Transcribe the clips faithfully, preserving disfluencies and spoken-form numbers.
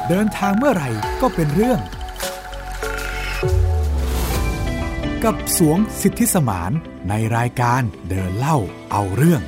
เดินทางเมื่อไหร่ก็เป็นเรื่องกับสวงสิทธิสมานในรายการเดินเล่าเอาเรื่อง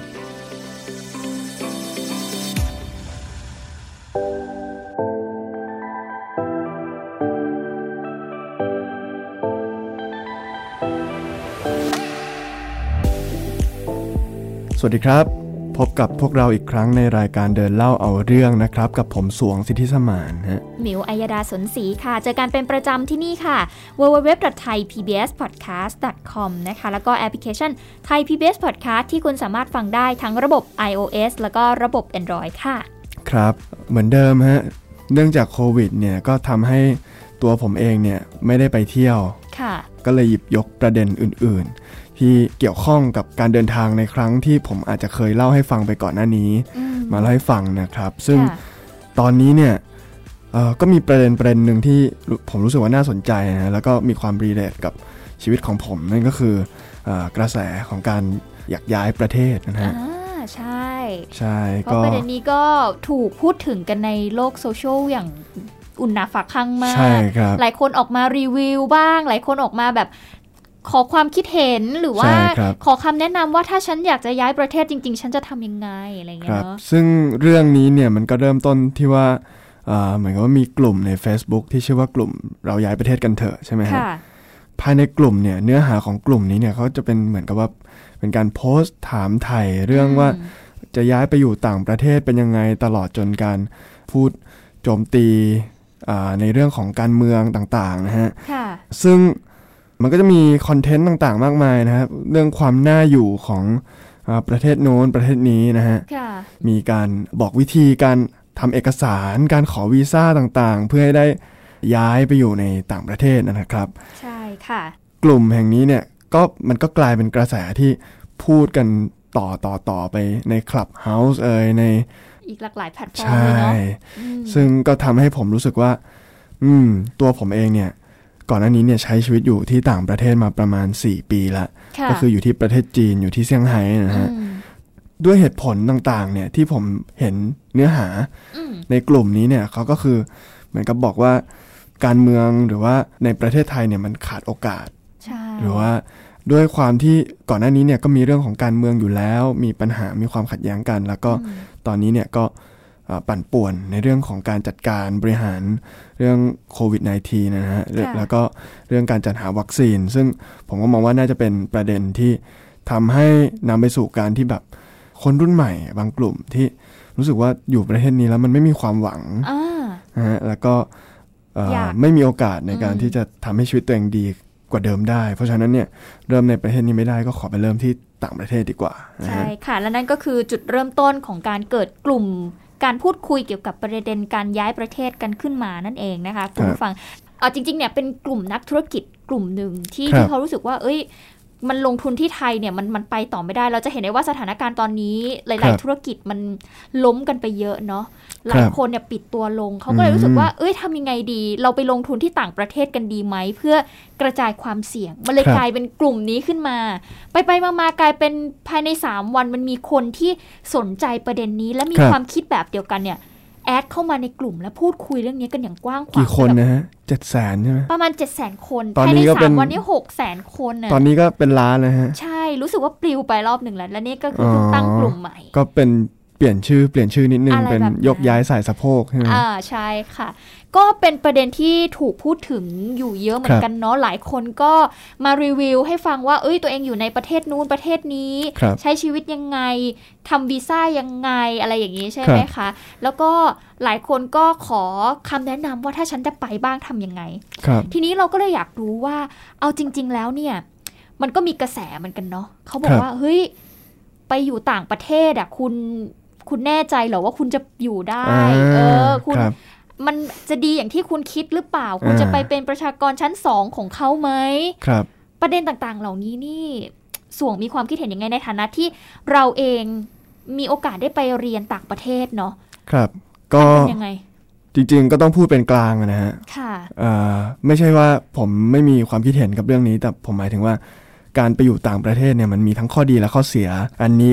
สวัสดีครับพบกับพวกเราอีกครั้งในรายการเดินเล่าเอาเรื่องนะครับกับผมสวงสิทธิสมานฮะหมิวอัยดาสนศรีค่ะเจอกันเป็นประจำที่นี่ค่ะ ดับเบิลยู ดับเบิลยู ดับเบิลยู ดอท ไทย พี บี เอส พอดแคสต์ ดอท คอม นะคะแล้วก็แอปพลิเคชัน Thai พี บี เอส Podcast ที่คุณสามารถฟังได้ทั้งระบบ iOS แล้วก็ระบบ Android ค่ะครับเหมือนเดิมฮะเนื่องจากโควิดเนี่ยก็ทำให้ตัวผมเองเนี่ยไม่ได้ไปเที่ยวค่ะก็เลยหยิบยกประเด็นอื่นๆที่เกี่ยวข้องกับการเดินทางในครั้งที่ผมอาจจะเคยเล่าให้ฟังไปก่อนหน้านี้มาเล่าให้ฟังนะครับซึ่งตอนนี้เนี่ยก็มีประเด็นประเด็นหนึ่งที่ผมรู้สึกว่าน่าสนใจนะแล้วก็มีความรีเลทกับชีวิตของผมนั่นก็คือกระแสของการอยากย้ายประเทศนะฮะใช่ใช่ก็ประเด็นนี้ก็ถูกพูดถึงกันในโลกโซเชียลอย่างอุ่นหนาฝาข้างมากหลายคนออกมารีวิวบ้างหลายคนออกมาแบบขอความคิดเห็นหรือว่าขอคำแนะนำว่าถ้าฉันอยากจะย้ายประเทศจริงๆฉันจะทำยังไงอะไรเงี้ยเนาะซึ่งเรื่องนี้เนี่ยมันก็เริ่มต้นที่ว่าเหมือนกับว่ามีกลุ่มใน Facebook ที่ชื่อว่ากลุ่มเราย้ายประเทศกันเถอะใช่ไหมครับภายในกลุ่มเนี่ยเนื้อหาของกลุ่มนี้เนี่ยเขาจะเป็นเหมือนกับว่าเป็นการโพสต์ถามไถ่เรื่องว่าจะย้ายไปอยู่ต่างประเทศเป็นยังไงตลอดจนการพูดโจมตีในเรื่องของการเมืองต่างๆนะฮะซึ่งมันก็จะมีคอนเทนต์ต่างๆมากมายนะครับเรื่องความน่าอยู่ของประเทศโน้นประเทศนี้นะฮะมีการบอกวิธีการทำเอกสารการขอวีซ่าต่างๆเพื่อให้ได้ย้ายไปอยู่ในต่างประเทศนะครับใช่ค่ะกลุ่มแห่งนี้เนี่ยก็มันก็กลายเป็นกระแสที่พูดกันต่อต่อต่อไปใน Clubhouse เอ่ยในอีกหลากหลายแพลตฟอร์มเลยเนาะซึ่งก็ทำให้ผมรู้สึกว่าอืมตัวผมเองเนี่ยก่อนหน้านี้เนี่ยใช้ชีวิตอยู่ที่ต่างประเทศมาประมาณสี่ปีละก็คืออยู่ที่ประเทศจีนอยู่ที่เซี่ยงไฮ้นะฮะด้วยเหตุผลต่างๆเนี่ยที่ผมเห็นเนื้อหาในกลุ่มนี้เนี่ยเขาก็คือเหมือนกับบอกว่าการเมืองหรือว่าในประเทศไทยเนี่ยมันขาดโอกาสหรือว่าด้วยความที่ก่อนหน้านี้เนี่ยก็มีเรื่องของการเมืองอยู่แล้วมีปัญหามีความขัดแย้งกันแล้วก็ตอนนี้เนี่ยก็ปั่นป่วนในเรื่องของการจัดการบริหารเรื่องโควิด สิบเก้า นะฮะแล้วก็เรื่องการจัดหาวัคซีนซึ่งผมก็มองว่าน่าจะเป็นประเด็นที่ทำให้นำไปสู่การที่แบบคนรุ่นใหม่บางกลุ่มที่รู้สึกว่าอยู่ประเทศนี้แล้วมันไม่มีความหวังนะฮะแล้วก็ไม่มีโอกาสในการที่จะทำให้ชีวิตตัวเองดีกว่าเดิมได้เพราะฉะนั้นเนี่ยเริ่มในประเทศนี้ไม่ได้ก็ขอไปเริ่มที่ต่างประเทศดีกว่าใช่ค่ะและนั่นก็คือจุดเริ่มต้นของการเกิดกลุ่มการพูดคุยเกี่ยวกับประเด็นการย้ายประเทศกันขึ้นมานั่นเองนะคะคุณผู้ฟังเอาจริงๆเนี่ยเป็นกลุ่มนักธุรกิจกลุ่มหนึ่งที่ที่เขารู้สึกว่าเอ้ยมันลงทุนที่ไทยเนี่ยมันมันไปต่อไม่ได้เราจะเห็นได้ว่าสถานการณ์ตอนนี้หลายๆธุรกิจมันล้มกันไปเยอะเนาะหลายคนเนี่ยปิดตัวลงเขาก็เลยรู้สึกว่าเอ้ยทำยังไงดีเราไปลงทุนที่ต่างประเทศกันดีไหมเพื่อกระจายความเสี่ยงมันเลยกลายเป็นกลุ่มนี้ขึ้นมาไปไปมากลายเป็นภายในสามวันมันมีคนที่สนใจประเด็นนี้และมีความคิดแบบเดียวกันเนี่ยแอดเข้ามาในกลุ่มและพูดคุยเรื่องนี้กันอย่างกว้างขวางกี่คนนะฮะ เจ็ดแสน ใช่ไหมประมาณ เจ็ดแสน คนภายในสามวันนี้ หกแสน คนน่ะตอนนี้ก็เป็นล้านนะฮะใช่รู้สึกว่าปลิวไปรอบหนึ่งแล้วและนี่ก็คือตั้งกลุ่มใหม่ก็เป็นเปลี่ยนชื่อเปลี่ยนชื่อนิดนึงเป็นยกย้ายสายสะโพกใช่ไหมอ่าใช่ค่ะก็เป็นประเด็นที่ถูกพูดถึงอยู่เยอะเหมือนกันเนาะหลายคนก็มารีวิวให้ฟังว่าเอ้ยตัวเองอยู่ในประเทศนู้นประเทศนี้ใช้ชีวิตยังไงทำวีซ่ายังไงอะไรอย่างนี้ใช่ไหมคะแล้วก็หลายคนก็ขอคำแนะนำว่าถ้าฉันจะไปบ้างทำยังไงทีนี้เราก็เลยอยากรู้ว่าเอาจริงๆแล้วเนี่ยมันก็มีกระแสเหมือนกันเนาะเขาบอกว่าเฮ้ยไปอยู่ต่างประเทศอ่ะคุณคุณแน่ใจเหรอว่าคุณจะอยู่ได้เออคุณมันจะดีอย่างที่คุณคิดหรือเปล่าคุณจะไปเป็นประชากรชั้นสองของเขาไหมครับประเด็นต่างๆเหล่านี้นี่ส่วงมีความคิดเห็นยังไงในฐานะที่เราเองมีโอกาสได้ไปเรียนต่างประเทศเนาะครับก็เป็นยังไงจริงๆก็ต้องพูดเป็นกลางนะฮะค่ะเอ่อไม่ใช่ว่าผมไม่มีความคิดเห็นกับเรื่องนี้แต่ผมหมายถึงว่าการไปอยู่ต่างประเทศเนี่ยมันมีทั้งข้อดีและข้อเสียอันนี้ก็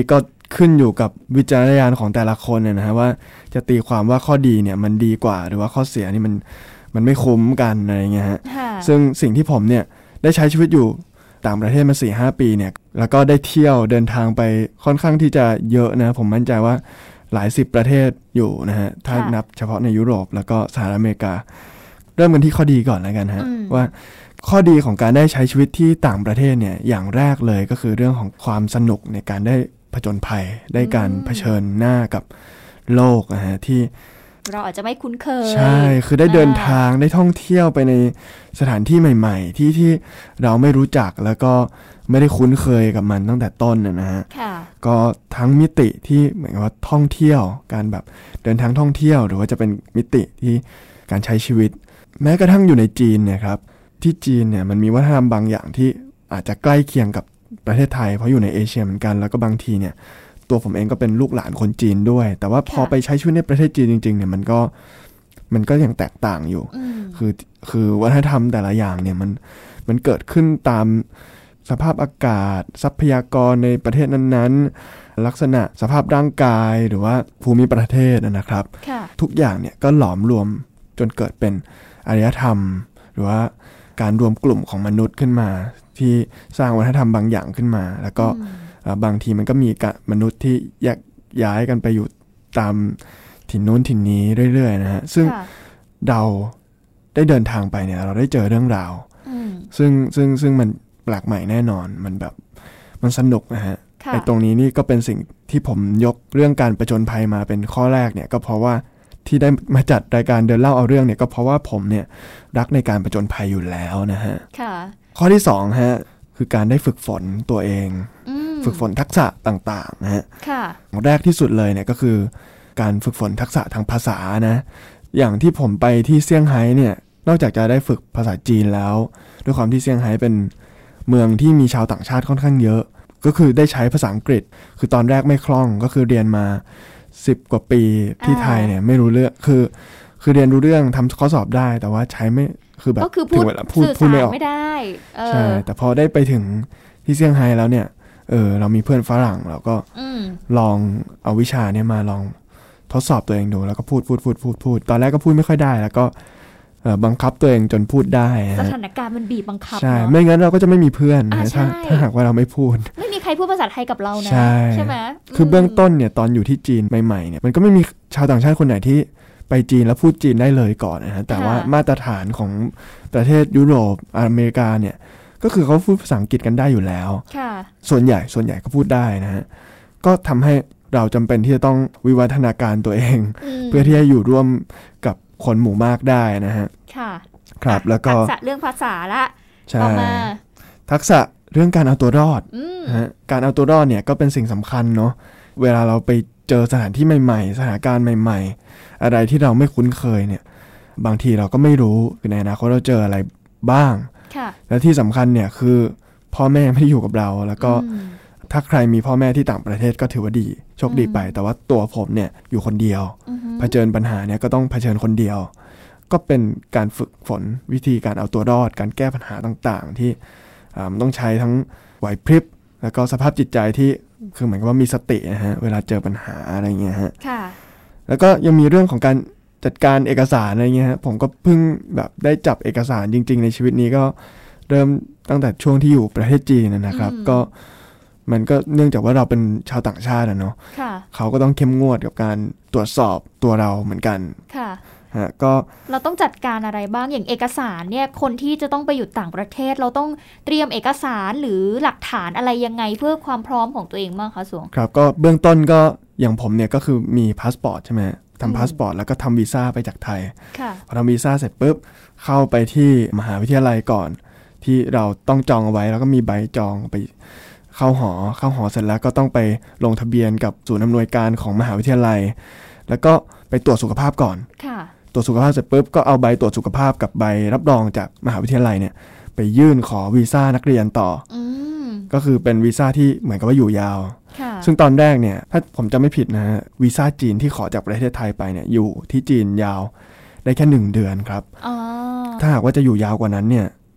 ขึ้นอยู่กับวิจารณญาณของแต่ละคนเนี่ยนะฮะว่าจะตีความว่าข้อดีเนี่ยมันดีกว่าหรือว่าข้อเสียนี่มันมันไม่คุ้มกันอะไรเงี้ยฮะซึ่งสิ่งที่ผมเนี่ยได้ใช้ชีวิตอยู่ต่างประเทศมา สี่ห้า ปีเนี่ยแล้วก็ได้เที่ยวเดินทางไปค่อนข้างที่จะเยอะนะผมมั่นใจว่าหลายสิบประเทศอยู่นะฮะถ้านับเฉพาะในยุโรปแล้วก็สหรัฐอเมริกาเริ่มกันที่ข้อดีก่อนแล้วกันฮะว่าข้อดีของการได้ใช้ชีวิตที่ต่างประเทศเนี่ยอย่างแรกเลยก็คือเรื่องของความสนุกในการได้ผจญภัยได้การเผชิญหน้ากับโลกนะฮะที่เราอาจจะไม่คุ้นเคยใช่คือได้เดินทางได้ท่องเที่ยวไปในสถานที่ใหม่ๆที่ที่เราไม่รู้จักแล้วก็ไม่ได้คุ้นเคยกับมันตั้งแต่ต้นนะฮะก็ทั้งมิติที่เหมือนกับว่าท่องเที่ยวการแบบเดินทางท่องเที่ยวหรือว่าจะเป็นมิติที่การใช้ชีวิตแม้กระทั่งอยู่ในจีนเนี่ยครับที่จีนเนี่ยมันมีวัฒนธรรมบางอย่างที่อาจจะใกล้เคียงกับประเทศไทยเพราะอยู่ในเอเชียเหมือนกันแล้วก็บางทีเนี่ยตัวผมเองก็เป็นลูกหลานคนจีนด้วยแต่ว่าพอไปใช้ชีวิตในประเทศจีนจริงๆเนี่ยมันก็มันก็ยังแตกต่างอยู่คือคือวัฒนธรรมแต่ละอย่างเนี่ยมันมันเกิดขึ้นตามสภาพอากาศทรัพยากรในประเทศนั้นๆลักษณะสภาพร่างกายหรือว่าภูมิประเทศนะครับทุกอย่างเนี่ยก็หลอมรวมจนเกิดเป็นอารยธรรมหรือว่าการรวมกลุ่มของมนุษย์ขึ้นมาที่สร้างวัฒนธรรมบางอย่างขึ้นมาแล้วก็บางทีมันก็มีมนุษย์ที่แยกย้ายกันไปอยู่ตามถิ่นนู้นถิ่นนี้เรื่อยๆนะฮะซึ่งเราได้เดินทางไปเนี่ยเราได้เจอเรื่องราวซึ่งซึ่งซึ่งมันแปลกใหม่แน่นอนมันแบบมันสนุกนะฮะไอ้ตรงนี้นี่ก็เป็นสิ่งที่ผมยกเรื่องการประจนภัยมาเป็นข้อแรกเนี่ยก็เพราะว่าที่ได้มาจัดรายการเดินเล่าเอาเรื่องเนี่ยก็เพราะว่าผมเนี่ยรักในการประจนภัยอยู่แล้วนะฮะข้อที่สองฮะคือการได้ฝึกฝนตัวเองฝึกฝนทักษะต่างๆนะฮะแรกที่สุดเลยเนี่ยก็คือการฝึกฝนทักษะทางภาษานะอย่างที่ผมไปที่เซี่ยงไฮ้เนี่ยนอกจากจะได้ฝึกภาษาจีนแล้วด้วยความที่เซี่ยงไฮ้เป็นเมืองที่มีชาวต่างชาติค่อนข้างเยอะก็คือได้ใช้ภาษาอังกฤษคือตอนแรกไม่คล่องก็คือเรียนมาสิบกว่าปีที่ไทยเนี่ยไม่รู้เรื่องคือคือเรียนรู้เรื่องทำข้อสอบได้แต่ว่าใช้ไม่คือแบบถึงเวลาพูดพูดไม่ออกไม่ได้ใช่แต่พอได้ไปถึงที่เซี่ยงไฮ้แล้วเนี่ยเออเรามีเพื่อนฝรั่งเราก็ลองเอาวิชาเนี่ยมาลองทดสอบตัวเองดูแล้วก็พูดพูดพูดพูดพูดตอนแรกก็พูดไม่ค่อยได้แล้วก็บังคับตัวเองจนพูดได้สถานการณ์มันบีบบังคับใช่ไม่งั้นเราก็จะไม่มีเพื่อนถ้าถ้าหากว่าเราไม่พูดไม่มีใครพูดภาษาไทยกับเรานะใช่ไหมคือเบื้องต้นเนี่ยตอนอยู่ที่จีนใหม่ๆเนี่ยมันก็ไม่มีชาวต่างชาติคนไหนที่ไปจีนแล้วพูดจีนได้เลยก่อนนะฮะแต่ว่ามาตรฐานของประเทศยุโรปอเมริกาเนี่ยก็คือเขาพูดภาษาอังกฤษกันได้อยู่แล้วส่วนใหญ่ส่วนใหญ่ก็พูดได้นะฮะก็ทำให้เราจำเป็นที่จะต้องวิวัฒนาการตัวเองเพื่อที่จะอยู่ร่วมกับคนหมู่มากได้นะฮะค่ะครับแล้วก็ทักษะเรื่องภาษาละต่อมาทักษะเรื่องการเอาตัวรอดนะฮะการเอาตัวรอดเนี่ยก็เป็นสิ่งสำคัญเนาะเวลาเราไปเจอสถานที่ใหม่ๆสถานการณ์ใหม่ๆอะไรที่เราไม่คุ้นเคยเนี่ยบางทีเราก็ไม่รู้ในอนาคตเราเจออะไรบ้างและที่สำคัญเนี่ยคือพ่อแม่ไม่ได้อยู่กับเราแล้วก็ถ้าใครมีพ่อแม่ที่ต่างประเทศก็ถือว่าดีโชคดีไปแต่ว่าตัวผมเนี่ยอยู่คนเดียวเผชิญปัญหาเนี่ยก็ต้องเผชิญคนเดียวก็เป็นการฝึกฝนวิธีการเอาตัวรอดการแก้ปัญหาต่างๆที่มันต้องใช้ทั้งไหวพริบแล้วก็สภาพจิตใจที่คือเหมือนกับว่ามีสตินะฮะเวลาเจอปัญหาอะไรเงี้ยฮะแล้วก็ยังมีเรื่องของการจัดการเอกสารอะไรเงี้ยฮะผมก็เพิ่งแบบได้จับเอกสารจริงๆในชีวิตนี้ก็เริ่มตั้งแต่ช่วงที่อยู่ประเทศจีนนะครับก็มันก็เนื่องจากว่าเราเป็นชาวต่างชาติอะเนาะเขาก็ต้องเข้มงวดกับการตรวจสอบตัวเราเหมือนกันค่ะฮะก็เราต้องจัดการอะไรบ้างอย่างเอกสารเนี่ยคนที่จะต้องไปอยู่ต่างประเทศเราต้องเตรียมเอกสารหรือหลักฐานอะไรยังไงเพื่อความพร้อมของตัวเองบ้างคะสวงครับก็เบื้องต้นก็อย่างผมเนี่ยก็คือมีพาสปอร์ตใช่ไหมทำพาสปอร์ตแล้วก็ทำวีซ่าไปจากไทยพอทำวีซ่าเสร็จปุ๊บเข้าไปที่มหาวิทยาลัยก่อนที่เราต้องจองเอาไว้แล้วก็มีใบจองไปเข้าหอเข้าหอเสร็จแล้วก็ต้องไปลงทะเบียนกับศูนย์อำนวยการของมหาวิทยาลัยแล้วก็ไปตรวจสุขภาพก่อนตรวจสุขภาพเสร็จปุ๊บก็เอาใบตรวจสุขภาพกับใบรับรองจากมหาวิทยาลัยเนี่ยไปยื่นขอวีซ่านักเรียนต่อก็คือเป็นวีซ่าที่เหมือนกับว่าอยู่ยาวซึ่งตอนแรกเนี่ยถ้าผมจำไม่ผิดนะวีซ่าจีนที่ขอจากประเทศไทยไปเนี่ยอยู่ที่จีนยาวได้แค่หนึ่งเดือนครับถ้าหากว่าจะอยู่ยาวกว่านั้นเนี่ย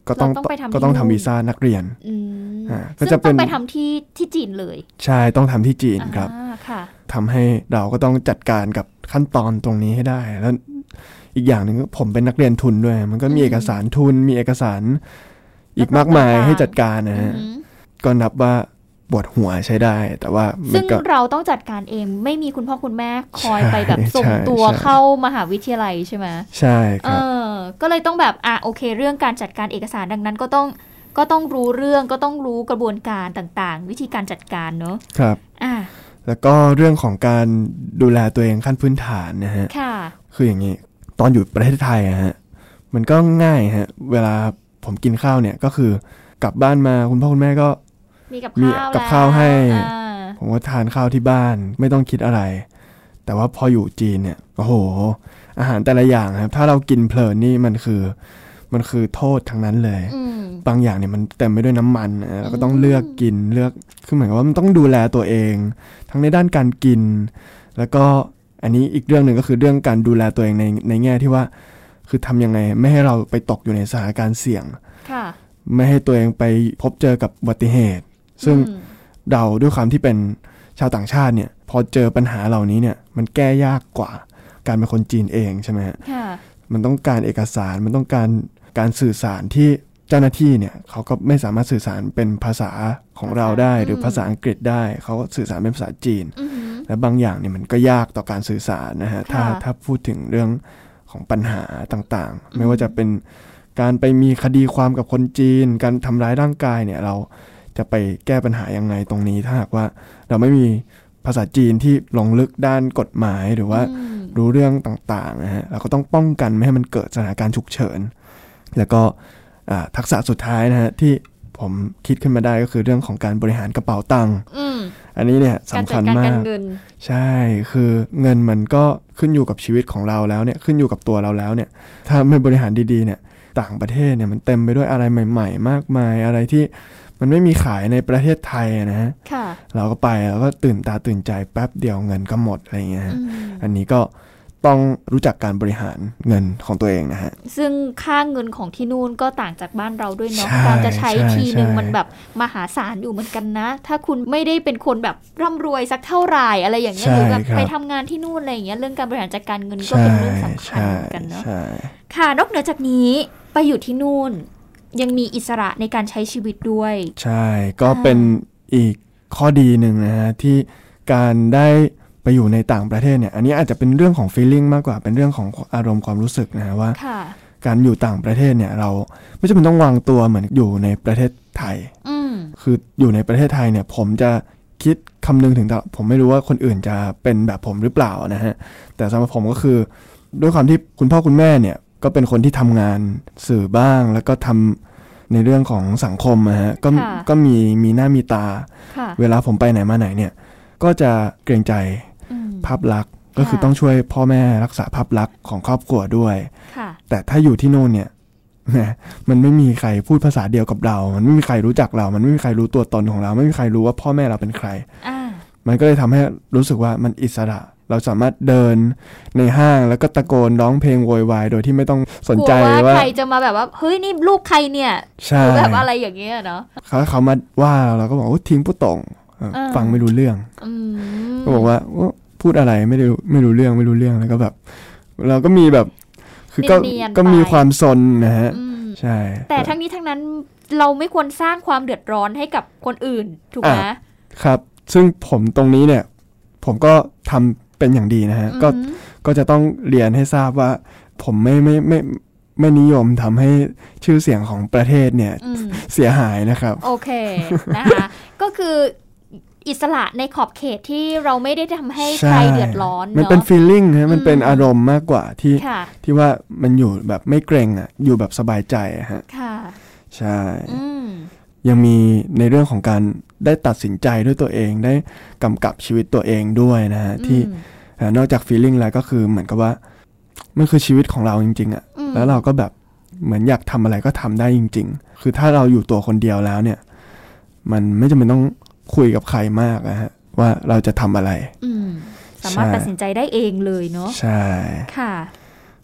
ก็ต้องก็ต้องทำวีซ่านักเรียนก็จะต้องไปทำที่ที่จีนเลยใช่ต้องทำที่จีนครับทำให้เราก็ต้องจัดการกับขั้นตอนตรงนี้ให้ได้แล้วอีกอย่างหนึ่งผมเป็นนักเรียนทุนด้วยมันก็มีเอกสารทุนมีเอกสารอีกมากมายให้จัดการนะฮะก็นับว่าปวดหัวใช้ได้แต่ว่าซึ่งเราต้องจัดการเองไม่มีคุณพ่อคุณแม่คอยไปแบบส่งตัวเข้ามหาวิทยาลัยใช่ไหมใช่ครับก็เลยต้องแบบอ่ะโอเคเรื่องการจัดการเอกสารดังนั้นก็ต้องก็ต้องรู้เรื่องก็ต้องรู้กระบวนการต่างๆวิธีการจัดการเนอะครับอ่ะแล้วก็เรื่องของการดูแลตัวเองขั้นพื้นฐานนะฮะค่ะคืออย่างนี้ตอนอยู่ประเทศไทยฮะมันก็ง่ายฮะเวลาผมกินข้าวเนี่ยก็คือกลับบ้านมาคุณพ่อคุณแม่ก็มีกับข้าวกับข้าวให้ผมก็ทานข้าวที่บ้านไม่ต้องคิดอะไรแต่ว่าพออยู่จีนเนี่ยโอ้โหอาหารแต่ละอย่างครับถ้าเรากินเพลินนี่มันคือมันคือโทษทั้งนั้นเลยบางอย่างเนี่ยมันเต็มไปด้วยน้ำมันเราก็ต้องเลือกกินเลือกคือเหมือนกับว่ามันต้องดูแลตัวเองทั้งในด้านการกินแล้วก็อันนี้อีกเรื่องหนึ่งก็คือเรื่องการดูแลตัวเองในในแง่ที่ว่าคือทำยังไงไม่ให้เราไปตกอยู่ในสถานการณ์เสี่ยงไม่ให้ตัวเองไปพบเจอกับอุบัติเหตุซึ่งเราด้วยความที่เป็นชาวต่างชาติเนี่ยพอเจอปัญหาเหล่านี้เนี่ยมันแก้ยากกว่าการเป็นคนจีนเองใช่ไหมฮะมันต้องการเอกสารมันต้องการการสื่อสารที่เจ้าหน้าที่เนี่ยเขาก็ไม่สามารถสื่อสารเป็นภาษาของเราได้หรือภาษาอังกฤษได้เขาก็สื่อสารเป็นภาษาจีนและบางอย่างเนี่ยมันก็ยากต่อการสื่อสารนะฮะถ้าถ้าพูดถึงเรื่องของปัญหาต่างๆไม่ว่าจะเป็นการไปมีคดีความกับคนจีนการทำร้ายร่างกายเนี่ยเราจะไปแก้ปัญหายังไงตรงนี้ถ้าหากว่าเราไม่มีภาษาจีนที่ลงลึกด้านกฎหมายหรือว่ารู้เรื่องต่างๆนะฮะเราก็ต้องป้องกันไม่ให้มันเกิดสถานการณ์ฉุกเฉินแล้วก็ทักษะสุดท้ายนะฮะที่ผมคิดขึ้นมาได้ก็คือเรื่องของการบริหารกระเป๋าตังค์อันนี้เนี่ยสำคัญมากใช่คือเงินมันก็ขึ้นอยู่กับชีวิตของเราแล้วเนี่ยขึ้นอยู่กับตัวเราแล้วเนี่ยถ้าไม่บริหารดีๆเนี่ยต่างประเทศเนี่ยมันเต็มไปด้วยอะไรใหม่ๆมากมายอะไรที่มันไม่มีขายในประเทศไทยนะฮะเราก็ไปแล้วก็ตื่นตาตื่นใจแป๊บเดียวเงินก็หมดอะไรเงี้ยอันนี้ก็ต้องรู้จักการบริหารเงินของตัวเองนะฮะซึ่งค่าเงินของที่นู่นก็ต่างจากบ้านเราด้วยเนาะการจะใช้ทีนึงมันแบบมหาศาลอยู่เหมือนกันนะถ้าคุณไม่ได้เป็นคนแบบร่ำรวยสักเท่าไหร่อะไรอย่างเงี้ยหรือแบบไปทำงานที่นู่นอะไรอย่างเงี้ยเรื่องการบริหารจัดการเงินก็เป็นเรื่องสำคัญเหมือนกันเนาะค่ะนอกเหนือจากนี้ไปอยู่ที่นู่นยังมีอิสระในการใช้ชีวิตด้วยใช่ก็เป็นอีกข้อดีหนึ่งนะฮะที่การได้ไปอยู่ในต่างประเทศเนี่ยอันนี้อาจจะเป็นเรื่องของ feeling มากกว่าเป็นเรื่องของอารมณ์ความรู้สึกนะว่าการอยู่ต่างประเทศเนี่ยเราไม่จำเป็นต้องวางตัวเหมือนอยู่ในประเทศไทยคืออยู่ในประเทศไทยเนี่ยผมจะคิดคำนึงถึงแต่ผมไม่รู้ว่าคนอื่นจะเป็นแบบผมหรือเปล่านะฮะแต่สำหรับผมก็คือด้วยความที่คุณพ่อคุณแม่เนี่ยก็เป็นคนที่ทำงานสื่อบ้างแล้วก็ทำในเรื่องของสังคมนะฮะก็ก็มีมีหน้ามีตาเวลาผมไปไหนมาไหนเนี่ยก็จะเกรงใจภาพลักษณ์ก็คือต้องช่วยพ่อแม่รักษาภาพลักษณ์ของครอบครัวด้วยแต่ถ้าอยู่ที่โน่นเนี่ยมันไม่มีใครพูดภาษาเดียวกับเรามันไม่มีใครรู้จักเรามันไม่มีใครรู้ตัวตนของเราไม่มีใครรู้ว่าพ่อแม่เราเป็นใครมันก็เลยทำให้รู้สึกว่ามันอิสระเราสามารถเดินในห้างแล้วก็ตะโกนร้องเพลงโวยวายโดยที่ไม่ต้องสนใจว่าใครจะมาแบบว่าเฮ้ยนี่ลูกใครเนี่ยหรือแบบอะไรอย่างเงี้ยเนาะเขาเขามาว่าเราก็บอกว่าทิ้งผู้ตงฟังไม่รู้เรื่องก็บอกว่าพูดอะไรไม่ได้ไม่รู้เรื่องไม่รู้เรื่องแล้วก็แบบเราก็มีแบบคือก็ก็มีความซนนะฮะใช่แต่ทั้งนี้ทั้งนั้นเราไม่ควรสร้างความเดือดร้อนให้กับคนอื่นถูกไหมครับซึ่งผมตรงนี้เนี่ยผมก็ทำเป็นอย่างดีนะฮะก็ก็จะต้องเรียนให้ทราบว่าผมไม่ไม่ไม่ไม่นิยมทำให้ชื่อเสียงของประเทศเนี่ยเสียหายนะครับโอเคนะคะก็คืออิสระในขอบเขตที่เราไม่ได้ทำให้ใครเดือดร้อนเนาะมันเป็น feeling ฮะมันเป็นอารมณ์มากกว่าที่ที่ว่ามันอยู่แบบไม่เกรงอ่ะอยู่แบบสบายใจฮะค่ะใช่ยังมีในเรื่องของการได้ตัดสินใจด้วยตัวเองได้กำกับชีวิตตัวเองด้วยนะฮะที่นอกจาก feeling แล้วก็คือเหมือนกับว่ามันคือชีวิตของเราจริงๆอ่ะแล้วเราก็แบบเหมือนอยากทำอะไรก็ทำได้จริงๆคือถ้าเราอยู่ตัวคนเดียวแล้วเนี่ยมันไม่จำเป็นต้องคุยกับใครมากนะฮะว่าเราจะทำอะไรสามารถตัดสินใจได้เองเลยเนาะใช่ค่ะ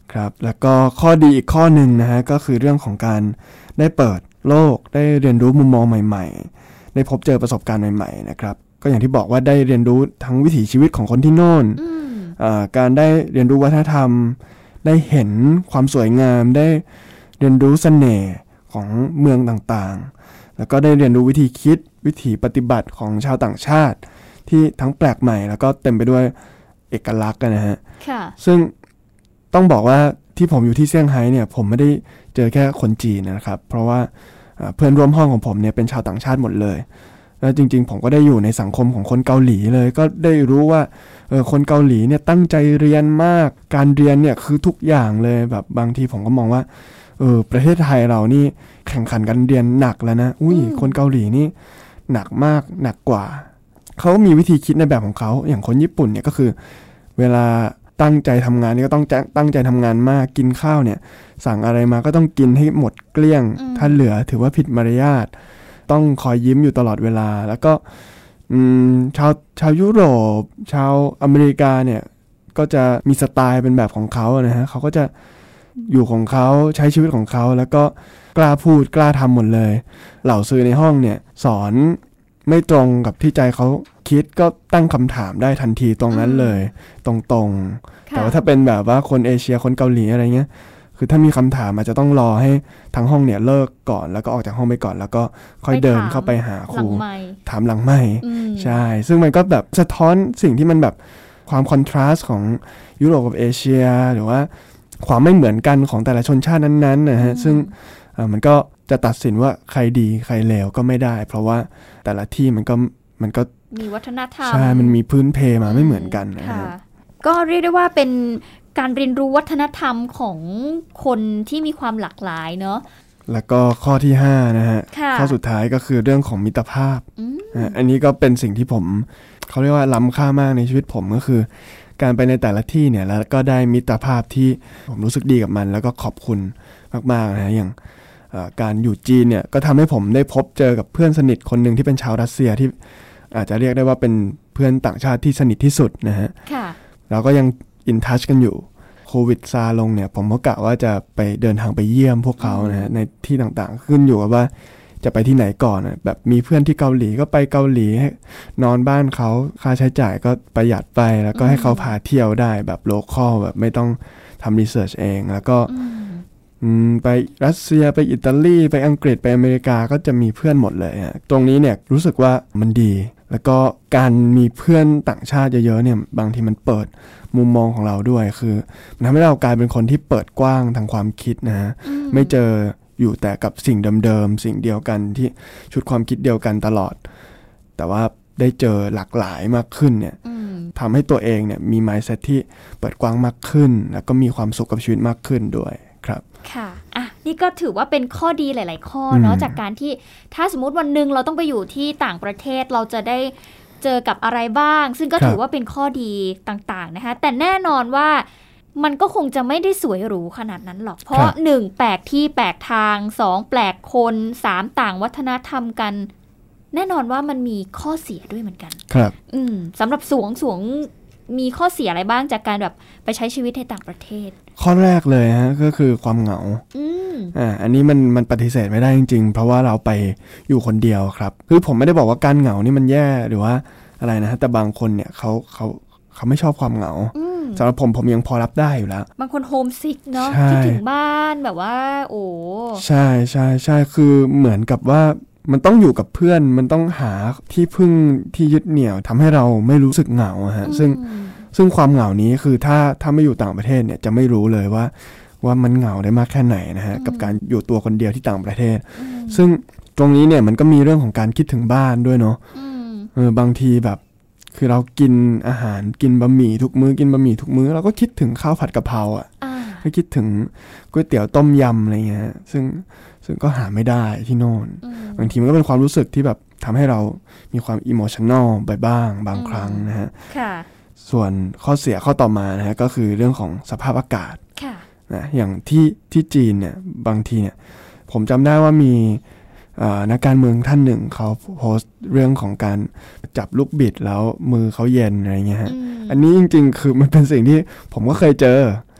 ครับแล้วก็ข้อดีอีกข้อหนึ่งนะฮะก็คือเรื่องของการได้เปิดโลกได้เรียนรู้มุมมองใหม่ๆได้พบเจอประสบการณ์ใหม่ๆนะครับก็อย่างที่บอกว่าได้เรียนรู้ทั้งวิถีชีวิตของคนที่โน่นการได้เรียนรู้วัฒนธรรมได้เห็นความสวยงามได้เรียนรู้เสน่ห์ของเมืองต่างๆแล้วก็ได้เรียนรู้วิธีคิดวิธีปฏิบัติของชาวต่างชาติที่ทั้งแปลกใหม่แล้วก็เต็มไปด้วยเอกลักษณ์กันนะฮะซึ่งต้องบอกว่าที่ผมอยู่ที่เซี่ยงไฮ้เนี่ยผมไม่ได้เจอแค่คนจีนนะครับเพราะว่าเพื่อนร่วมห้องของผมเนี่ยเป็นชาวต่างชาติหมดเลยแล้วจริงๆผมก็ได้อยู่ในสังคมของคนเกาหลีเลยก็ได้รู้ว่าเออคนเกาหลีเนี่ยตั้งใจเรียนมากการเรียนเนี่ยคือทุกอย่างเลยแบบบางทีผมก็มองว่าเออประเทศไทยเรานี่แข่งขันกันเรียนหนักแล้วนะอุ้ยคนเกาหลีนี่หนักมากหนักกว่าเขามีวิธีคิดในแบบของเขาอย่างคนญี่ปุ่นเนี่ยก็คือเวลาตั้งใจทำงานนี่ก็ต้องตั้งใจทำงานมากกินข้าวเนี่ยสั่งอะไรมาก็ต้องกินให้หมดเกลี้ยงถ้าเหลือถือว่าผิดมารยาทต้องคอยยิ้มอยู่ตลอดเวลาแล้วก็ชาวชาวยุโรปชาวอเมริกาเนี่ยก็จะมีสไตล์เป็นแบบของเขานะฮะเขาก็จะอยู่ของเขาใช้ชีวิตของเขาแล้วก็กล้าพูดกล้าทำหมดเลยเหล่าซื้อในห้องเนี่ยสอนไม่ตรงกับที่ใจเขาคิดก็ตั้งคำถามได้ทันทีตรงนั้นเลยตรงๆแต่ว่าถ้าเป็นแบบว่าคนเอเชียคนเกาหลีอะไรเงี้ยคือถ้ามีคำถามอาจจะต้องรอให้ทั้งห้องเนี่ยเลิกก่อนแล้วก็ออกจากห้องไปก่อนแล้วก็ค่อยเดินเข้าไปหาครูถามหลังไม่ใช่ซึ่งมันก็แบบสะท้อนสิ่งที่มันแบบความคอนทราสต์ของยุโรปกับเอเชียหรือว่าความไม่เหมือนกันของแต่ละชนชาตินั้นๆนะฮะซึ่งมันก็จะตัดสินว่าใครดีใครเลวก็ไม่ได้เพราะว่าแต่ละที่มันก็มันก็มีวัฒนธรรมใช่มันมีพื้นเพมาไม่เหมือนกันนะฮะก็เรียกได้ว่าเป็นการเรียนรู้วัฒนธรรมของคนที่มีความหลากหลายเนาะแล้วก็ข้อที่ห้านะฮะข้อสุดท้ายก็คือเรื่องของมิตรภาพ อ, อันนี้ก็เป็นสิ่งที่ผมเขาเรียกว่าล้ำค่ามากในชีวิตผมก็คือการไปในแต่ละที่เนี่ยแล้วก็ได้มิตรภาพที่ผมรู้สึกดีกับมันแล้วก็ขอบคุณมากๆนะอย่างการอยู่จีนเนี่ยก็ทำให้ผมได้พบเจอกับเพื่อนสนิทคนหนึ่งที่เป็นชาวรัสเซียที่อาจจะเรียกได้ว่าเป็นเพื่อนต่างชาติที่สนิทที่สุดนะฮะเราก็ยังอินทัชกันอยู่โควิดซาลงเนี่ยผมก็กะว่าจะไปเดินทางไปเยี่ยมพวกเขานะฮะในที่ต่างๆขึ้นอยู่กับว่าจะไปที่ไหนก่อนแบบมีเพื่อนที่เกาหลีก็ไปเกาหลีให้นอนบ้านเขาค่าใช้จ่ายก็ประหยัดไปแล้วก็ให้เขาพาเที่ยวได้แบบโลคอลแบบไม่ต้องทำรีเสิร์ชเองแล้วก็ไปรัสเซียไปอิตาลีไปอังกฤษไปอเมริกาก็จะมีเพื่อนหมดเลยฮะตรงนี้เนี่ยรู้สึกว่ามันดีแล้วก็การมีเพื่อนต่างชาติเยอะๆเนี่ยบางทีมันเปิดมุมมองของเราด้วยคือมันทำให้เรากลายเป็นคนที่เปิดกว้างทางความคิดนะฮะไม่เจออยู่แต่กับสิ่งเดิมๆสิ่งเดียวกันที่ชุดความคิดเดียวกันตลอดแต่ว่าได้เจอหลากหลายมากขึ้นเนี่ยทำให้ตัวเองเนี่ยมี mindset ที่เปิดกว้างมากขึ้นแล้วก็มีความสุขกับชีวิตมากขึ้นด้วยครับค่ะอ่ะนี่ก็ถือว่าเป็นข้อดีหลายๆข้อเนาะจากการที่ถ้าสมมุติวันนึงเราต้องไปอยู่ที่ต่างประเทศเราจะได้เจอกับอะไรบ้างซึ่งก็ถือว่าเป็นข้อดีต่างๆนะคะแต่แน่นอนว่ามันก็คงจะไม่ได้สวยหรูขนาดนั้นหรอกเพราะหนึ่งแปลกที่แปลกทางสองแปลกคนสามต่างวัฒนธรรมกันแน่นอนว่ามันมีข้อเสียด้วยเหมือนกันครับอืมสำหรับสวงสวงมีข้อเสียอะไรบ้างจากการแบบไปใช้ชีวิตในต่างประเทศข้อแรกเลยฮะก็คือความเหงาอืมอ่าอันนี้มันมันปฏิเสธไม่ได้จริงๆเพราะว่าเราไปอยู่คนเดียวครับคือผมไม่ได้บอกว่าการเหงานี่มันแย่หรือว่าอะไรนะแต่บางคนเนี่ยเขาเขาเขาไม่ชอบความเหงาสำหรับผมผมยังพอรับได้อยู่แล้วบางคนโฮมซิกเนาะคิดถึงบ้านแบบว่าโอ้ใช่ใช่ใช่คือเหมือนกับว่ามันต้องอยู่กับเพื่อนมันต้องหาที่พึ่งที่ยึดเหนี่ยวทำให้เราไม่รู้สึกเหงาฮะซึ่งซึ่งความเหงานี้คือถ้าถ้าไม่อยู่ต่างประเทศเนี่ยจะไม่รู้เลยว่าว่ามันเหงาได้มากแค่ไหนนะฮะกับการอยู่ตัวคนเดียวที่ต่างประเทศซึ่งตรงนี้เนี่ยมันก็มีเรื่องของการคิดถึงบ้านด้วยเนาะเออบางทีแบบคือเรากินอาหารกินบะหมี่ทุกมื้อกินบะหมี่ทุกมื้อเราก็คิดถึงข้าวผัดกะเพราอ่ะก็คิดถึงก๋วยเตี๋ยวต้มยำอะไรเงี้ยซึ่งซึ่งก็หาไม่ได้ที่โน่นบางทีมันก็เป็นความรู้สึกที่แบบทำให้เรามีความอิโมชันนอลไปบ้างบางครั้งนะฮะส่วนข้อเสียข้อต่อมานะฮะก็คือเรื่องของสภาพอากาศนะอย่างที่ที่จีนเนี่ยบางทีเนี่ยผมจำได้ว่ามีนักการเมืองท่านหนึ่งเขาโพสต์เรื่องของการจับลูกบิดแล้วมือเขาเย็นอะไรเงี้ยฮะอันนี้จริงๆคือมันเป็นสิ่งที่ผมก็เคยเจอ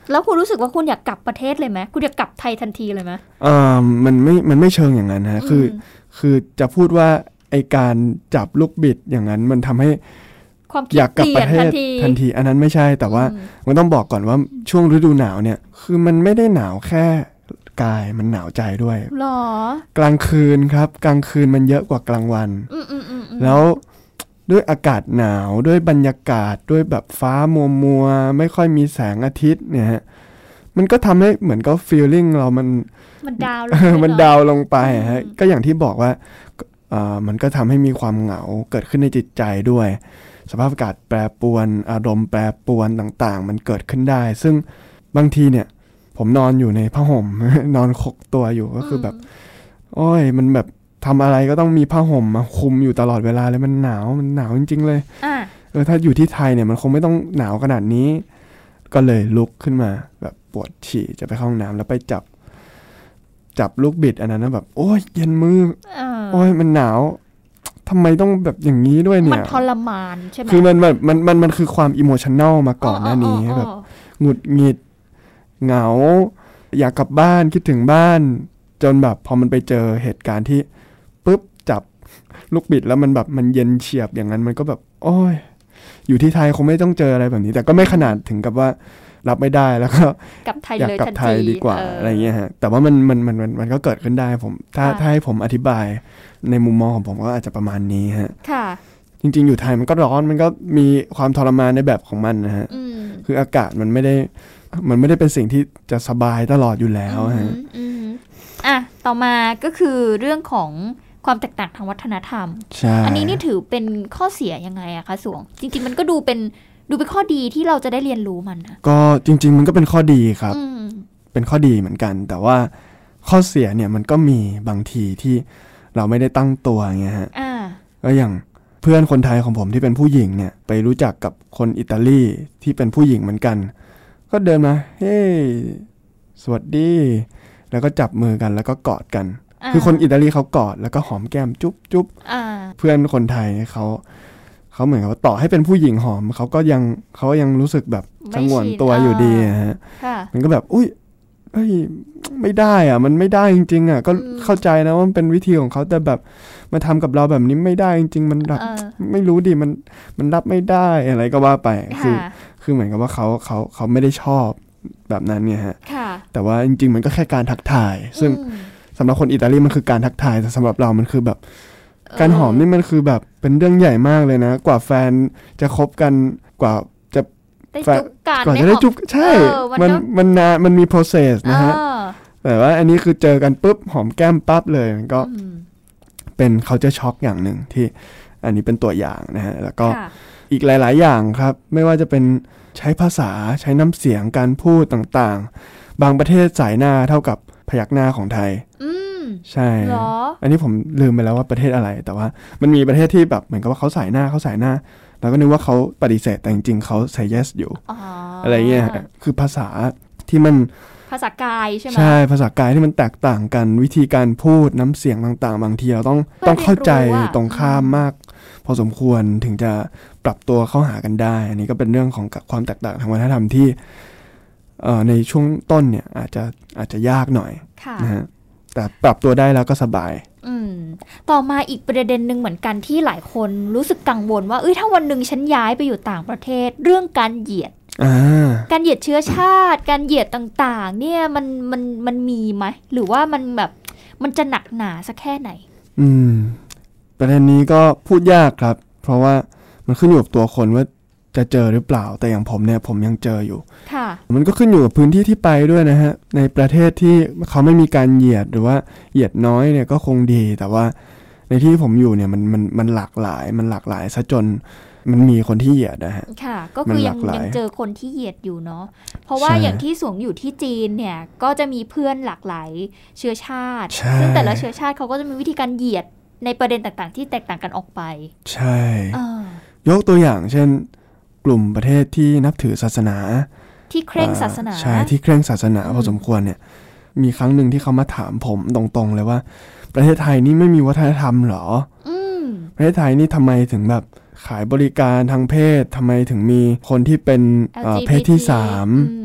แล้วคุณรู้สึกว่าคุณอยากกลับประเทศเลยไหมคุณอยากกลับไทยทันทีเลยไหมอ่ามันไม่มันไม่เชิงอย่างนั้นฮะคือคือจะพูดว่าไอการจับลูกบิดอย่างนั้นมันทำให้อยากกลับประเทศทันทีอันนั้นไม่ใช่แต่ว่ามันต้องบอกก่อนว่าช่วงฤดูหนาวเนี่ยคือมันไม่ได้หนาวแค่กายมันหนาวใจด้วยหรอกลางคืนครับกลางคืนมันเยอะกว่ากลางวันแล้วด้วยอากาศหนาวด้วยบรรยากาศด้วยแบบฟ้ามัวมัวไม่ค่อยมีแสงอาทิตย์เนี่ยฮะมันก็ทำให้เหมือนก็ฟีลลิ่งเรามันมันดาวลงมันดาวลงไปฮะก็อย่างที่บอกว่าอ่ามันก็ทำให้มีความเหงาเกิดขึ้นในจิตใจด้วยสภาพอากาศแปรปรวนอารมณ์แปรปรวนต่างๆมันเกิดขึ้นได้ซึ่งบางทีเนี่ยผมนอนอยู่ในผ้าห่ม นอนขกตัวอยู่ก็คือแบบโอ้ยมันแบบทำอะไรก็ต้องมีผ้าห่มมาคลุมอยู่ตลอดเวลาเลยมันหนาวมันหนาวจริงๆเลยเออถ้าอยู่ที่ไทยเนี่ยมันคงไม่ต้องหนาวขนาดนี้ก็เลยลุกขึ้นมาแบบปวดฉี่จะไปเข้าห้องน้ำแล้วไปจับจับลูกบิดอันนั้นนะแบบโอ้ยเย็นมือโอ้ยมันหนาวทำไมต้องแบบอย่างนี้ด้วยเนี่ยมันทรมานใช่ไหมคือมันแบบมันมันมันคือความอิโมชันแนลมาก่อนหน้านี้แบบหงุดหงิดเหงาอยากกลับบ้านคิดถึงบ้านจนแบบพอมันไปเจอเหตุการณ์ที่ปุ๊บจับลูกบิดแล้วมันแบบมันเย็นเฉียบอย่างนั้นมันก็แบบโอ้ยอยู่ที่ไทยคงไม่ต้องเจออะไรแบบนี้แต่ก็ไม่ขนาดถึงกับว่ารับไม่ได้แล้วก็กลับไทยเลยทันทีอยากกลับไทยดีกว่า อ, อะไรเงี้ยฮะแต่ว่ามันมันมันมันมันก็เกิดขึ้นได้ผมถ้าถ้าให้ผมอธิบายในมุมมองของผมก็อาจจะประมาณนี้ฮะค่ะจริงๆอยู่ไทยมันก็ร้อนมันก็มีความทรมานในแบบของมันนะฮะคืออากาศมันไม่ได้มันไม่ได้เป็นสิ่งที่จะสบายตลอดอยู่แล้วฮะอ่ะต่อมาก็คือเรื่องของความแตกต่างทางวัฒนธรรมอันนี้นี่ถือเป็นข้อเสียยังไงอะคะสวงจริงๆมันก็ดูเป็นดูเป็นข้อดีที่เราจะได้เรียนรู้มันนะก็จริงๆมันก็เป็นข้อดีครับเป็นข้อดีเหมือนกันแต่ว่าข้อเสียเนี่ยมันก็มีบางทีที่เราไม่ได้ตั้งตัวไงฮะก็อย่างเพื่อนคนไทยของผมที่เป็นผู้หญิงเนี่ยไปรู้จักกับคนอิตาลีที่เป็นผู้หญิงเหมือนกันก็เดินมาเฮ้ยสวัสดีแล้วก็จับมือกันแล้วก็กอดกันคือคนอิตาลีเขากอดแล้วก็หอมแก้มจุ๊บจุ๊บเพื่อนคนไทยเขาเขาเหมือนกับว่าต่อให้เป็นผู้หญิงหอมเขาก็ยังเขายังรู้สึกแบบสงวนตัวอยู่ดีฮะมันก็แบบอุ้ยเฮ้ยไม่ได้อ่ะมันไม่ได้จริงๆอ่ะก็เข้าใจนะว่ามันเป็นวิธีของเขาแต่แบบมาทำกับเราแบบนี้ไม่ได้จริงๆมันรับไม่รู้ดิมันมันรับไม่ได้อะไรก็ว่าไปคือคือเหมือนกับว่าเขาเขาเขาไม่ได้ชอบแบบนั้นเนี่ยฮะแต่ว่าจริงๆมันก็แค่การทักทายซึ่งสำหรับคนอิตาลีมันคือการทักทายแต่สำหรับเรามันคือแบบการหอมนี่มันคือแบบเป็นเรื่องใหญ่มากเลยนะกว่าแฟนจะคบกันกว่าจะได้จุ๊บกันกว่าจะได้จุ๊บใช่มันมันนานมันมี process นะฮะแต่ว่าอันนี้คือเจอกันปุ๊บหอมแก้มปั๊บเลยมันก็เป็น culture shock อย่างหนึ่งที่อันนี้เป็นตัวอย่างนะฮะแล้วก็อีกหลายๆอย่างครับไม่ว่าจะเป็นใช้ภาษาใช้น้ำเสียงการพูดต่างๆบางประเทศสายหน้าเท่ากับพยักหน้าของไทยใช่อันนี้ผมลืมไปแล้วว่าประเทศอะไรแต่ว่ามันมีประเทศที่แบบเหมือนกับว่าเขาสายหน้าเขาสายหน้าแล้วก็นึกว่าเขาปฏิเสธแต่จริงๆเขา say yes อยู่ อ, อะไรเงี้ยคือภาษาที่มันภาษากายใช่ไหมใช่ภาษากายที่มันแตกต่างกันวิธีการพูดน้ำเสียงต่างๆบางทีเราต้องต้องเข้าใจตรงข้ามมากพอสมควรถึงจะปรับตัวเข้าหากันได้อันนี้ก็เป็นเรื่องของความแตกต่างทางวัฒนธรรมที่ในช่วงต้นเนี่ยอาจจะอาจจะยากหน่อยนะฮะแต่ปรับตัวได้แล้วก็สบายอืมต่อมาอีกประเด็นหนึ่งเหมือนกันที่หลายคนรู้สึกกังวลว่าเอ้ยถ้าวันหนึ่งฉันย้ายไปอยู่ต่างประเทศเรื่องการเหยียดการเหยียดเชื้อชาติการเหยียดต่างๆเนี่ยมันมันมันมีไหมหรือว่ามันแบบมันจะหนักหนาสักแค่ไหนอืมประเด็นนี้ก็พูดยากครับเพราะว่ามันขึ้นอยู่กับตัวคนว่าจะเจอหรือเปล่าแต่อย่างผมเนี่ยผมยังเจออยู่ค่ะมันก็ขึ้นอยู่กับพื้นที่ที่ไปด้วยนะฮะในประเทศที่เขาไม่มีการเหยียดหรือว่าเหยียดน้อยเนี่ยก็คงดีแต่ว่าในที่ผมอยู่เนี่ยมันมันมันหลากหลายมันหลากหลายซะจนมันมีคนที่เหยียดนะฮะค่ะก็คือยังยังเจอคนที่เหยียดอยู่เนาะเพราะว่าอย่างที่สวงอยู่ที่จีนเนี่ยก็จะมีเพื่อนหลากหลายเชื้อชาติซึ่งแต่ละเชื้อชาติเขาก็จะมีวิธีการเหยียดในประเด็นต่างๆที่แตกต่างกันออกไปใช่ยกตัวอย่างเช่นกลุ่มประเทศที่นับถือศาสนาที่เคร่งศาสนาใช่ที่เคร่งศาสนาพอสมควรเนี่ยมีครั้งหนึ่งที่เขามาถามผมตรงๆเลยว่าประเทศไทยนี่ไม่มีวัฒนธรรมหรอประเทศไทยนี่ทำไมถึงแบบขายบริการทางเพศทำไมถึงมีคนที่เป็นเพศที่สาม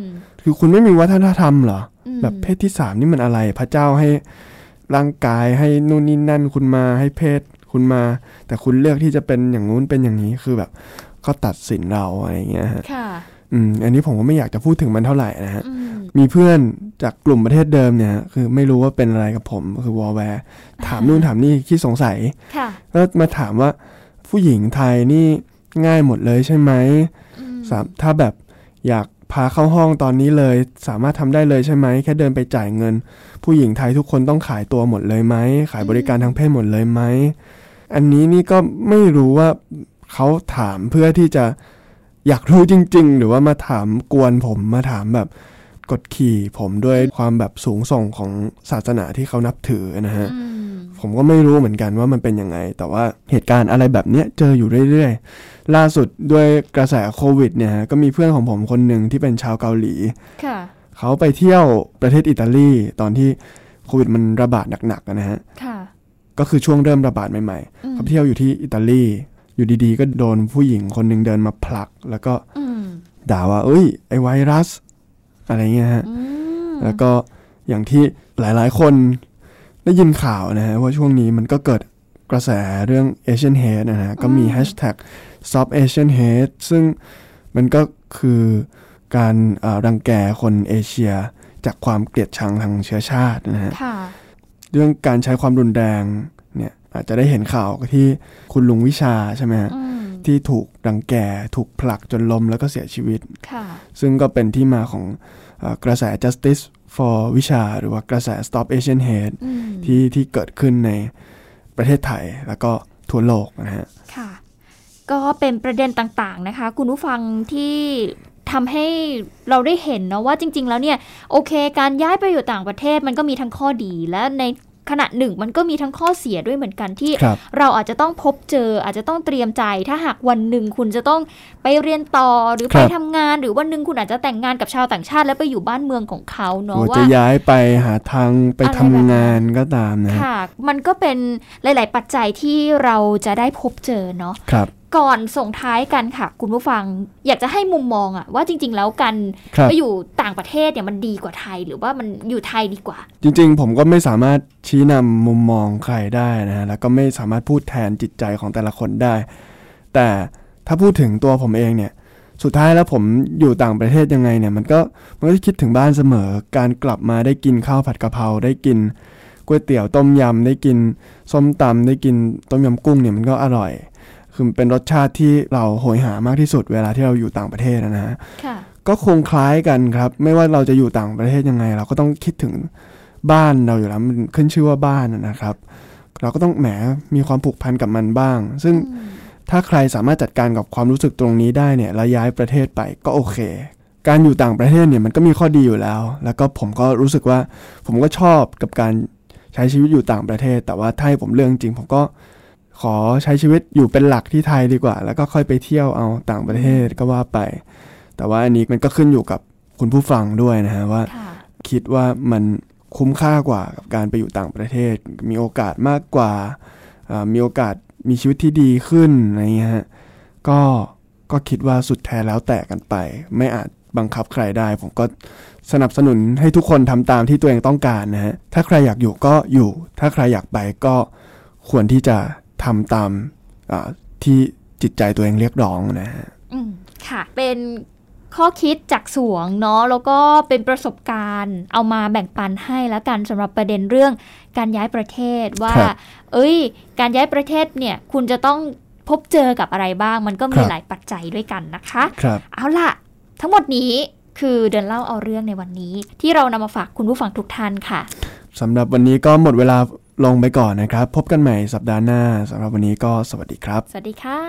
คือคุณไม่มีวัฒนธรรมเหรอแบบเพศที่สามนี่มันอะไรพระเจ้าให้ร่างกายให้นู่นนี่นั่นคุณมาให้เพศคุณมาแต่คุณเลือกที่จะเป็นอย่างนู้นเป็นอย่างนี้คือแบบเขาตัดสินเราอะไรอย่างเงี้ยฮะอืมอันนี้ผมก็ไม่อยากจะพูดถึงมันเท่าไหร่นะฮะมีเพื่อนจากกลุ่มประเทศเดิมเนี่ยคือไม่รู้ว่าเป็นอะไรกับผมคือวอลแวร์ถามนู่นถามนี่ขี้สงสัยแล้วมาถามว่าผู้หญิงไทยนี่ง่ายหมดเลยใช่ไหมถ้าแบบอยากพาเข้าห้องตอนนี้เลยสามารถทำได้เลยใช่ไหมแค่เดินไปจ่ายเงินผู้หญิงไทยทุกคนต้องขายตัวหมดเลยไหมขายบริการทางเพศหมดเลยไหมอันนี้นี่ก็ไม่รู้ว่าเขาถามเพื่อที่จะอยากรู้จริงๆหรือว่ามาถามกวนผมมาถามแบบกดขี่ผมด้วยความแบบสูงส่งของศาสนาที่เขานับถือนะฮะผมก็ไม่รู้เหมือนกันว่ามันเป็นยังไงแต่ว่าเหตุการณ์อะไรแบบนี้เจออยู่เรื่อยๆล่าสุดด้วยกระแสโควิดเนี่ยก็มีเพื่อนของผมคนหนึ่งที่เป็นชาวเกาหลีเขาไปเที่ยวประเทศอิตาลีตอนที่โควิดมันระบาดหนักๆนะฮะก็คือช่วงเริ่มระบาดใหม่ๆเขาเที่ยวอยู่ที่อิตาลีอยู่ดีๆก็โดนผู้หญิงคนหนึ่งเดินมาผลักแล้วก็ด่าว่าเอ้ยไอไวรัสอะไรเงี้ยฮะแล้วก็อย่างที่หลายๆคนได้ยินข่าวนะฮะว่าช่วงนี้มันก็เกิดกระแสเรื่อง Asian Hate นะฮะก็มี แฮชแท็ก Stop Asian Hate ซึ่งมันก็คือการรังแกคนเอเชียจากความเกลียดชังทางเชื้อชาตินะฮะเรื่องการใช้ความรุนแรงเนี่ยอาจจะได้เห็นข่าวที่คุณลุงวิชาใช่ไหมฮะที่ถูกรังแกถูกผลักจนล้มแล้วก็เสียชีวิตซึ่งก็เป็นที่มาของกระแส justice for วิชาหรือว่ากระแส stop Asian hate ที่ที่เกิดขึ้นในประเทศไทยแล้วก็ทั่วโลกนะฮะค่ะก็เป็นประเด็นต่างๆนะคะคุณผู้ฟังที่ทำให้เราได้เห็นเนาะว่าจริงๆแล้วเนี่ยโอเคการย้ายไปอยู่ต่างประเทศมันก็มีทั้งข้อดีและในขณะหนึ่งมันก็มีทั้งข้อเสียด้วยเหมือนกันที่เราอาจจะต้องพบเจออาจจะต้องเตรียมใจถ้าหากวันหนึ่งคุณจะต้องไปเรียนต่อหรือไปทำงานหรือวันหนึ่งคุณอาจจะแต่งงานกับชาวต่างชาติแล้วไปอยู่บ้านเมืองของเขาเนาะว่าจะย้ายไปหาทางไปทำงานก็ตามนะค่ะมันก็เป็นหลายๆปัจจัยที่เราจะได้พบเจอเนาะก่อนส่งท้ายกันค่ะคุณผู้ฟังอยากจะให้มุมมองอะว่าจริงๆแล้วกันไปอยู่ต่างประเทศเนี่ยมันดีกว่าไทยหรือว่ามันอยู่ไทยดีกว่าจริงๆผมก็ไม่สามารถชี้นำมุมมองใครได้นะแล้วก็ไม่สามารถพูดแทนจิตใจของแต่ละคนได้แต่ถ้าพูดถึงตัวผมเองเนี่ยสุดท้ายแล้วผมอยู่ต่างประเทศยังไงเนี่ยมันก็มันก็คิดถึงบ้านเสมอการกลับมาได้กินข้าวผัดกะเพราได้กินก๋วยเตี๋ยวต้มยำได้กินส้มตำได้กินต้มยำกุ้งเนี่ยมันก็อร่อยคือเป็นรสชาติที่เราโหยหามากที่สุดเวลาที่เราอยู่ต่างประเทศนะฮะก็คงคล้ายกันครับไม่ว่าเราจะอยู่ต่างประเทศยังไงเราก็ต้องคิดถึงบ้านเราอยู่แล้วมันขึ้นชื่อว่าบ้านนะครับเราก็ต้องแหมมีความผูกพันกับมันบ้างซึ่งถ้าใครสามารถจัดการกับความรู้สึกตรงนี้ได้เนี่ยแล้วย้ายประเทศไปก็โอเคการอยู่ต่างประเทศเนี่ยมันก็มีข้อดีอยู่แล้วแล้วก็ผมก็รู้สึกว่าผมก็ชอบกับการใช้ชีวิตอยู่ต่างประเทศแต่ว่าถ้าให้ผมเลือกจริงผมก็ขอใช้ชีวิตอยู่เป็นหลักที่ไทยดีกว่าแล้วก็ค่อยไปเที่ยวเอาต่างประเทศก็ว่าไปแต่ว่าอันนี้มันก็ขึ้นอยู่กับคุณผู้ฟังด้วยนะฮะว่าคิดว่ามันคุ้มค่ากว่ากับการไปอยู่ต่างประเทศมีโอกาสมากกว่ามีโอกาสมีชีวิตที่ดีขึ้นอะไรเงี้ยฮะก็ก็คิดว่าสุดแท้แล้วแต่กันไปไม่อาจบังคับใครได้ผมก็สนับสนุนให้ทุกคนทำตามที่ตัวเองต้องการนะฮะถ้าใครอยากอยู่ก็อยู่ถ้าใครอยากไปก็ควรที่จะทำตามที่จิตใจตัวเองเรียกร้องนะฮะอืมค่ะเป็นข้อคิดจากสวงเนาะแล้วก็เป็นประสบการณ์เอามาแบ่งปันให้แล้วกันสำหรับประเด็นเรื่องการย้ายประเทศว่าเอ้ยการย้ายประเทศเนี่ยคุณจะต้องพบเจอกับอะไรบ้างมันก็มีหลายปัจจัยด้วยกันนะคะเอาล่ะทั้งหมดนี้คือเดินเล่าเอาเรื่องในวันนี้ที่เรานำมาฝากคุณผู้ฟังทุกท่านค่ะสำหรับวันนี้ก็หมดเวลาลงไปก่อนนะครับพบกันใหม่สัปดาห์หน้าสำหรับวันนี้ก็สวัสดีครับสวัสดีค่ะ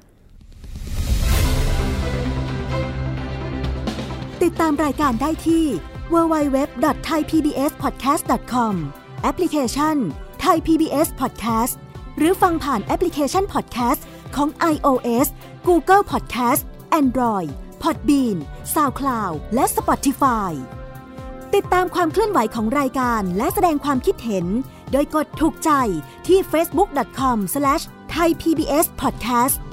ติดตามรายการได้ที่ ดับเบิลยู ดับเบิลยู ดับเบิลยู ดอท ไทย พี บี เอส พอดแคสต์ ดอท คอม แอปพลิเคชัน Thai พี บี เอส Podcast หรือฟังผ่านแอปพลิเคชัน Podcast ของ iOS Google Podcast Android Podbean SoundCloud และ Spotify ติดตามความเคลื่อนไหวของรายการและแสดงความคิดเห็นโดยกดถูกใจที่ เฟซบุ๊ก ดอท คอม สแลช ไทย พี บี เอส พอดแคสต์